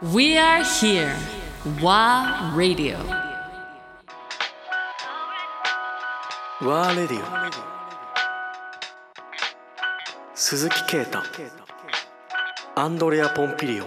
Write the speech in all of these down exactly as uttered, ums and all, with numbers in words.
We are here. ワー Radio。 ワーレディオ鈴木啓太アンドレア・ポンピリオ。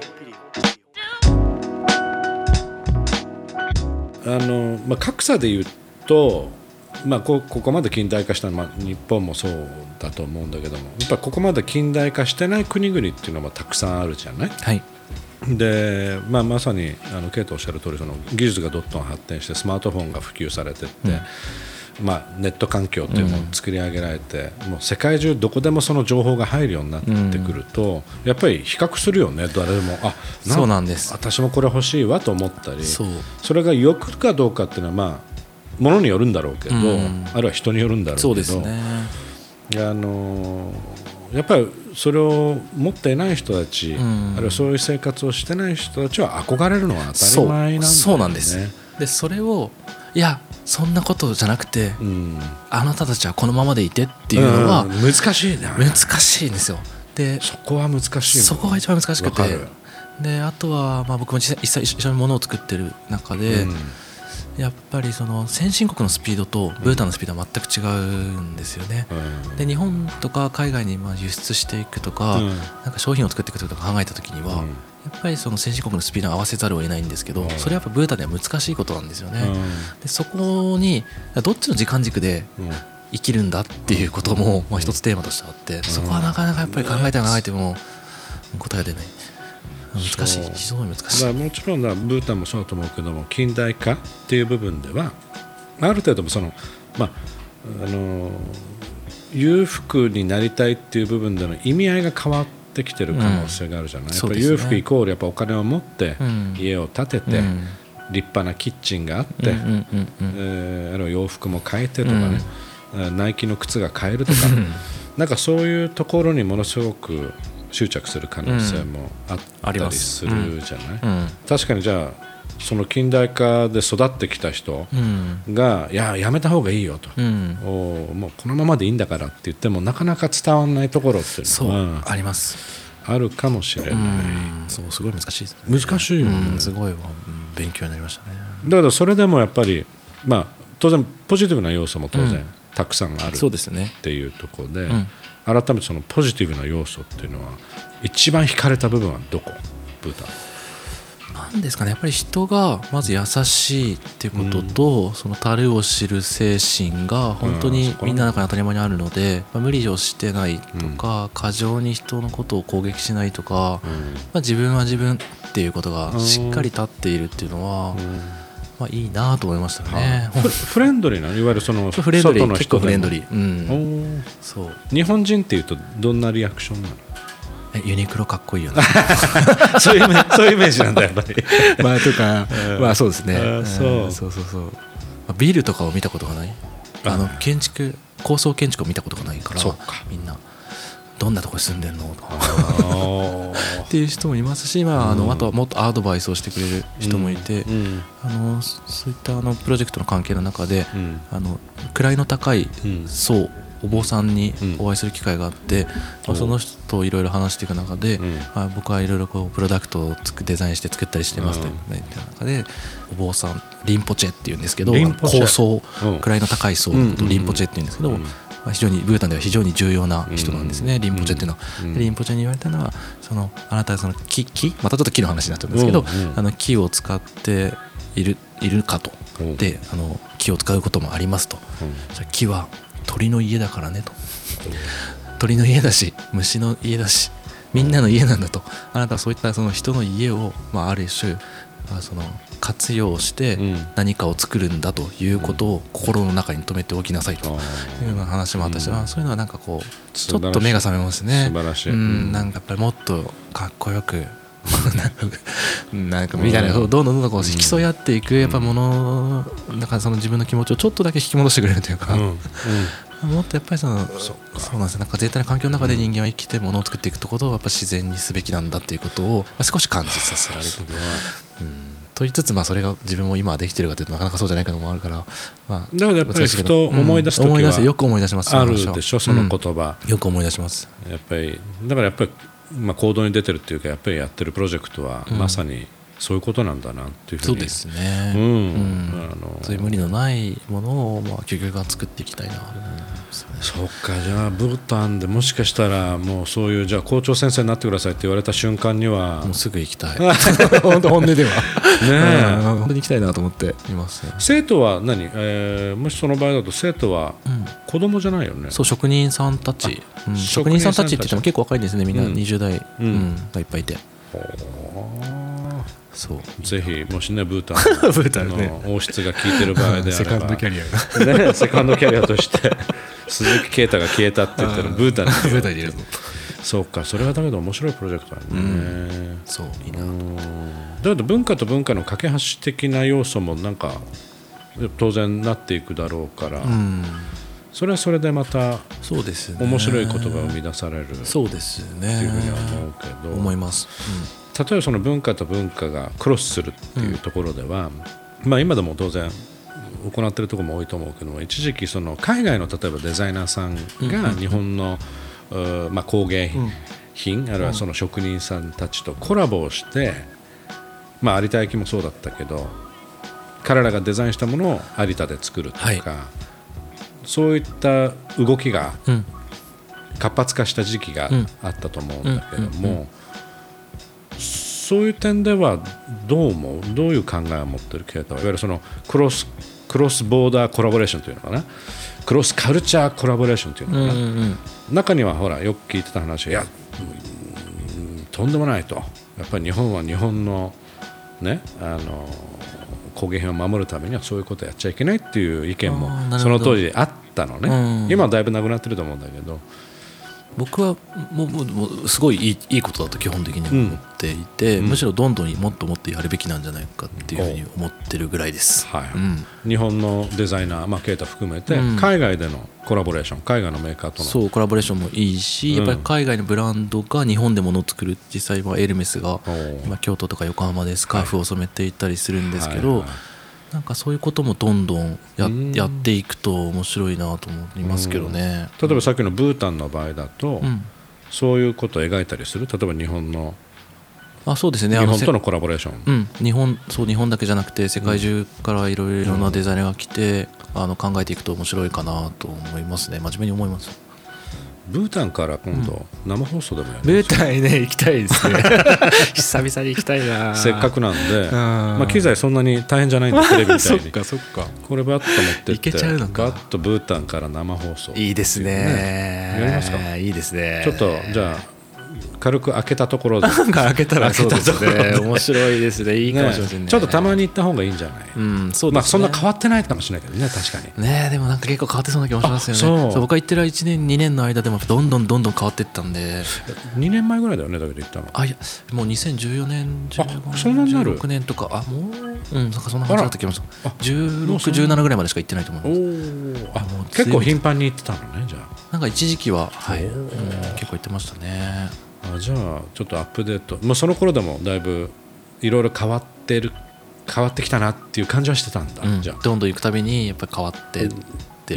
あの、まあ、格差でいうと、まあ、こ, ここまで近代化したのは、まあ、日本もそうだと思うんだけども、やっぱここまで近代化してない国々っていうのはたくさんあるじゃない。 はいでまあ、まさにあのケイトおっしゃる通り、その技術がどんどん発展してスマートフォンが普及されていって、うんまあ、ネット環境というのを作り上げられて、うん、もう世界中どこでもその情報が入るようになってくると、うん、やっぱり比較するよね。誰でもあなそうなんです。 私もこれ欲しいわと思ったり、 そうそれが欲かどうかっていうのは、まあ、ものによるんだろうけど、うん、あるいは人によるんだろうけど、 そうですね。 あのやっぱりそれを持っていない人たち、うん、あるいはそういう生活をしてない人たちは憧れるのは当たり前なんだよね。 そう、そうなんです。でそれをいやそんなことじゃなくて、うん、あなたたちはこのままでいてっていうのは、うん、 難しいね。 難しいんですよ。でそこは難しい。 そこが一番難しくて、であとは、まあ、僕も実際一緒に物を作ってる中で、うんやっぱりその先進国のスピードとブータンのスピードは全く違うんですよね、うん、で日本とか海外にまあ輸出していくとか、うん、なんか商品を作っていくとか考えた時には、うん、やっぱりその先進国のスピードを合わせざるを得ないんですけど、うん、それはやっぱブータンでは難しいことなんですよね、うん、でそこにどっちの時間軸で生きるんだっていうこともまあ一つテーマとしてあって、そこはなかなかやっぱり考えて考えても答えが出ない。難しい、非常に難しい。 だからもちろんだブータンもそうだと思うけども、近代化っていう部分ではある程度その、まあ、あの裕福になりたいっていう部分での意味合いが変わってきてる可能性があるじゃない、うん、やっぱり裕福イコールやっぱお金を持って家を建てて、うん、立派なキッチンがあって、うんうんうんうんえー、あるいは洋服も買えてとかね、うん、ナイキの靴が買えるとかなんかそういうところにものすごく執着する可能性もあったりするじゃない、うんうん、確かにじゃあその近代化で育ってきた人が、うん、いややめた方がいいよと、うん、おもうこのままでいいんだからって言ってもなかなか伝わらないところっていうのはありますあるかもしれない、うん、 そうすごい難しいです、 ね、難しいよね、 うん、すごい勉強になりましたね。 だからそれでもやっぱり、まあ、当然ポジティブな要素も当然、うんたくさんあるっていうところで、うん、改めてそのポジティブな要素っていうのは一番惹かれた部分はどこ？ブータンなんですかね。やっぱり人がまず優しいっていうことと、うん、その足るを知る精神が本当にみんなの中に当たり前にあるので、まあ、無理をしてないとか、うん、過剰に人のことを攻撃しないとか、うんまあ、自分は自分っていうことがしっかり立っているっていうのは、うんまあ、いいなと思いましたね。 フレンドリーな、いわゆるそのフレンドリー、結構フレンドリー、うん、 そう日本人っていうとどんなリアクションなの？ えユニクロかっこいいよねそういうそういうイメージなんだやっぱりまあとか、まあそうですね、 うん、そうそうそうそうビルとかを見たことがない、あの建築高層建築を見たことがないから、 そうかみんなどんなとこに住んでんのとかっていう人もいますし、まあ、あのあとはもっとアドバイスをしてくれる人もいて、うんうん、あのそういったあのプロジェクトの関係の中で、うん、あの位の高い層、お坊さんにお会いする機会があって、うん、その人といろいろ話していく中で、うんまあ、僕はいろいろこうプロダクトをデザインして作ったりしてますという中で、お坊さんリンポチェっていうんですけど、高層、位の高い層のことをリンポチェっていうんですけど、非常にブータンでは非常に重要な人なんですね、うん、リンポチェっていうのは、うん、リンポチェに言われたのはそのあなたはその 木, 木またちょっと木の話になっちゃうんですけど、うんうん、あの木を使ってい る, いるかと、うん、であの木を使うこともありますと、うん、木は鳥の家だからねと、うん、鳥の家だし虫の家だしみんなの家なんだと、あなたはそういったその人の家を、まあ、ある種その活用して何かを作るんだということを心の中に留めておきなさいというような話もあったし、そういうのはなんかこうちょっと目が覚めますね。 素晴らしい、 うん、なんかやっぱりもっとかっこよくなんかみたいな、どんどんどんどんこう競い合っていくやっぱもの、だからその自分の気持ちをちょっとだけ引き戻してくれるというか、うんうん、もっとやっぱりそのそうそうなんです、なんか絶対な環境の中で人間は生きてものを作っていくってことをやっぱ自然にすべきなんだっていうことを少し感じさせられる。うんと言いつつ、まあそれが自分も今はできてるかというとなかなかそうじゃないかのもあるから、まあ、 だからやっぱりふと思い出すときは、うん、思い出すよく思い出します。 あるでしょその言葉、 うん、よく思い出します。 やっぱりだからやっぱり、まあ、行動に出てるっていうかやっぱりやってるプロジェクトはまさにそういうことなんだなっていうふうにそうですね、 うんうん、 あのそういう無理のないものを、まあ、究極が作っていきたいなと思いますね。 そうか、じゃあブータンでもしかしたらもうそういうじゃあ校長先生になってくださいって言われた瞬間にはもうすぐ行きたい本当本音ではねえ、うん、本当に行きたいなと思っています、ね、 生徒は何、えー、もしその場合だと生徒は子供じゃないよね、 うん、そう職人さんたち、うん、職人さんたちって言っても結構若いんですね、みんなにじゅう代、うんうん、がいっぱいいて、そうぜひもしねブータン の, ブータン、ね、の王室が聞いてる場合であればセカンドキャリアが、 ね、セカンドキャリアとして鈴木啓太が消えたって言ったらブータンにブータンにいるの。 そうか、それはだけど面白いプロジェクトだね、うん、 そういいな。 だけど文化と文化の架け橋的な要素もなんか当然なっていくだろうから、うん、それはそれでまたそうですね、 面白いことが生み出されるそうですねっていうふうには思うけど、 思います、 うん、例えばその文化と文化がクロスするっていうところでは、うん、まあ、今でも当然行っているところも多いと思うけども、一時期その海外の例えばデザイナーさんが日本の、うんうん、まあ、工芸品、うん、あるいはその職人さんたちとコラボをして、まあ、有田焼もそうだったけど彼らがデザインしたものを有田で作るとか、はい、そういった動きが活発化した時期があったと思うんだけども、そういう点ではどう思う？どういう考えを持っているケイタは、いわゆるそのクロス、クロスボーダーコラボレーションというのかな、クロスカルチャーコラボレーションというのかな、うんうんうん、中にはほらよく聞いてた話、いや、うん、とんでもないと、やっぱり日本は日本のね、あの工芸品を守るためにはそういうことをやっちゃいけないっていう意見もその当時あったのね、うん、今はだいぶなくなってると思うんだけど、 僕はもうもうもうすごいいい、いいことだと基本的に思っていて、うん、むしろどんどんもっともっとやるべきなんじゃないかっていうふうに思ってるぐらいです、 はい、うん、日本のデザイナー、まあ、ケイタ含めて、うん、海外でのコラボレーション、海外のメーカーとのそうコラボレーションもいいし、うん、やっぱり海外のブランドが日本で物を作る、実際はエルメスが今京都とか横浜でスカーフを染めていたりするんですけど、はいはいはい、なんかそういうこともどんどん や, やっていくと面白いなと思いますけどね。 例えばさっきのブータンの場合だと、うん、そういうことを描いたりする、例えば日本のあそうですね、 日本とのコラボレーション、 うん、日本そう日本だけじゃなくて世界中からいろいろなデザイナーが来て、うん、あの考えていくと面白いかなと思いますね。真面目に思います。 ブータンから今度生放送でもやります、 ブータンにね行きたいですね久々に行きたいな。 せっかくなんで、まあ、機材そんなに大変じゃないんでテレビみたいにそっかそっか、 これバッと持ってって行けちゃうのか、 バッとブータンから生放送、 いいですね、 やりますか。 いいですね。 ちょっとじゃあ軽く開けたところでなんか開けたらそうですね面白いですね、いいかもしれませんね。 ちょっとたまに行った方がいいんじゃない、 うん、そうですね、 まあ、そんな変わってないかもしれないけどね、確かにね。でもなんか結構変わってそうな気もしますよね。そうそう、僕が行ってるいちねんにねんの間でもどんどんどんどん変わっていったんで。 にねんまえぐらいだよね、だけど行ったの。 あいやもうにせんじゅうよねんじゅうごねんそんなになるじゅうろくねんとか、あもううんなんかそんな感じだった気がします。じゅうろく、じゅうななぐらいまでしか行ってないと思います。 おあもう結構頻繁に行ってたのね。じゃあなんか一時期は、はい、うん、結構行ってましたね。 あじゃあちょっとアップデート、もうその頃でもだいぶいろいろ変わってる変わってきたなっていう感じはしてたんだ、うん、じゃあどんどん行くたびにやっぱり変わってって、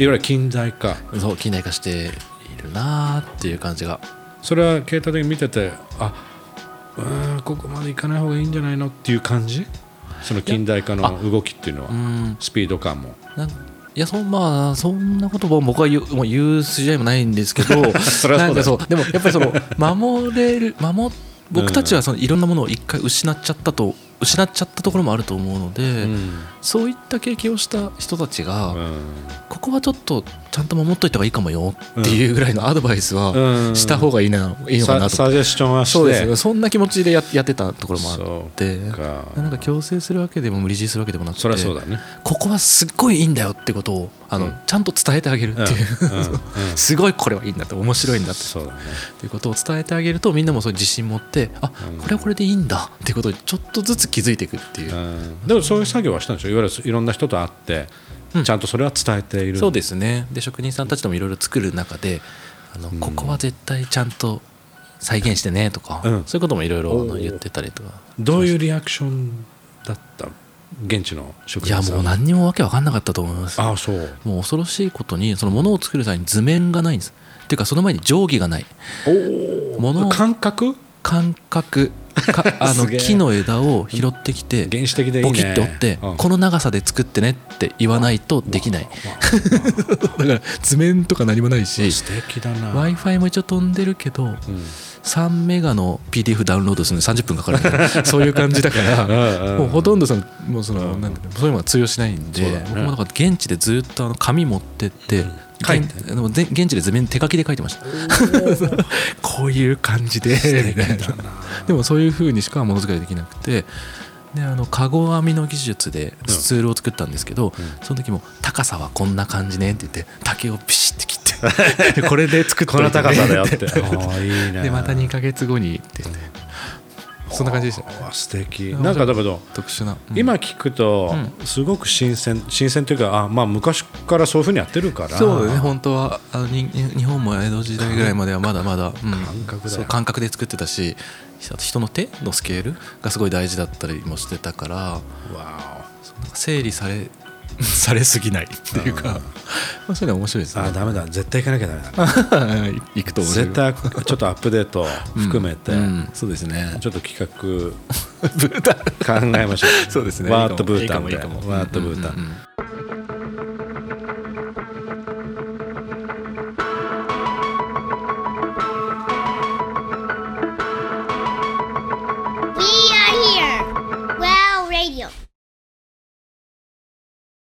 いろいろ近代化、 そう近代化しているなっていう感じが。 それは携帯で見てて、あうんここまで行かない方がいいんじゃないのっていう感じ、その近代化の動きっていうのは、うん、スピード感も。なんいやそまあそんなことを僕は言う、もう言う筋合いもないんですけどそれはそうだよ。 なんかそうでもやっぱりその守れる守僕たちはそのいろんなものを一回失っちゃったと失っちゃったところもあると思うので、うん、そういった経験をした人たちが、うん、ここはちょっとちゃんと守っといた方がいいかもよっていうぐらいのアドバイスはした方がいいな、うん、いいのかなと。 サジェスチョンはして、 そうです、そんな気持ちで や, やってたところもあってなんか強制するわけでも無理強いするわけでもなくて、 そりゃそうだね、 ここはすっごいいいんだよってことをあの、うん、ちゃんと伝えてあげるっていう、うんうん、すごいこれはいいんだって面白いんだって、 そうだね、 っていうことを伝えてあげるとみんなもそういう自信持って、あ、うん、これはこれでいいんだっていうことにちょっとずつ気づいていくっていう、うん、 でもそういう作業はしたんでしょ、いわゆるいろんな人と会ってうん、ちゃんとそれは伝えている。 そうですね。で職人さんたちともいろいろ作る中であの、うん、ここは絶対ちゃんと再現してねとか、うん、そういうこともいろいろ言ってたりとか。 どういうリアクションだった現地の職人さん？ いやもう何にもわけわかんなかったと思います。 ああそう。 もう恐ろしいことにその物を作る際に図面がないんです。っていうかその前に定規がない。 おもの感覚感覚かあのすげえ木の枝を拾ってきて原始的でいいねボキッて折って、 うんこの長さで作ってねって言わないとできないだから図面とか何もないし素敵だな w i f i も一応飛んでるけど、さんメガの ピーディーエフ ダウンロードするのにさんじゅっぷんかかるみたいなそういう感じだからもうほとんどそのもうそのなんていうのそういうのが通用しないんで、 そうだよね僕もだから現地でずっとあの紙持ってって書いて現でもぜ現地で図面手書きで書いてましたこういう感じでみたいなでもそういう風にしかものづくりできなくて、であのカゴ編みの技術でツールを作ったんですけど、その時も高さはこんな感じねって言って竹をピシッて切ってこれで作っといて、ね、 この高さだよってああいいねでまたにかげつごにって言ってそんな感じでしたね。 あ素敵なんかだけど特殊な、うん、 今聞くとすごく新鮮新鮮というかあ、まあ、昔からそういうふうにやってるからそうだね本当はあのに日本も江戸時代ぐらいまではまだまだ、うん、 感覚だよそう感覚で作ってたし人の手のスケールがすごい大事だったりもしてたからわなんか整理されされすぎないっていうか、まあそういうのは面白いですね。 あダメだ絶対行かなきゃダメだ行くと思う絶対ちょっとアップデート含めて、 うんうん、そうですねちょっと企画ブータン考えましょうそうですねワーッとブータンでいいかもいいかもワーッとブータン、 うんうんうん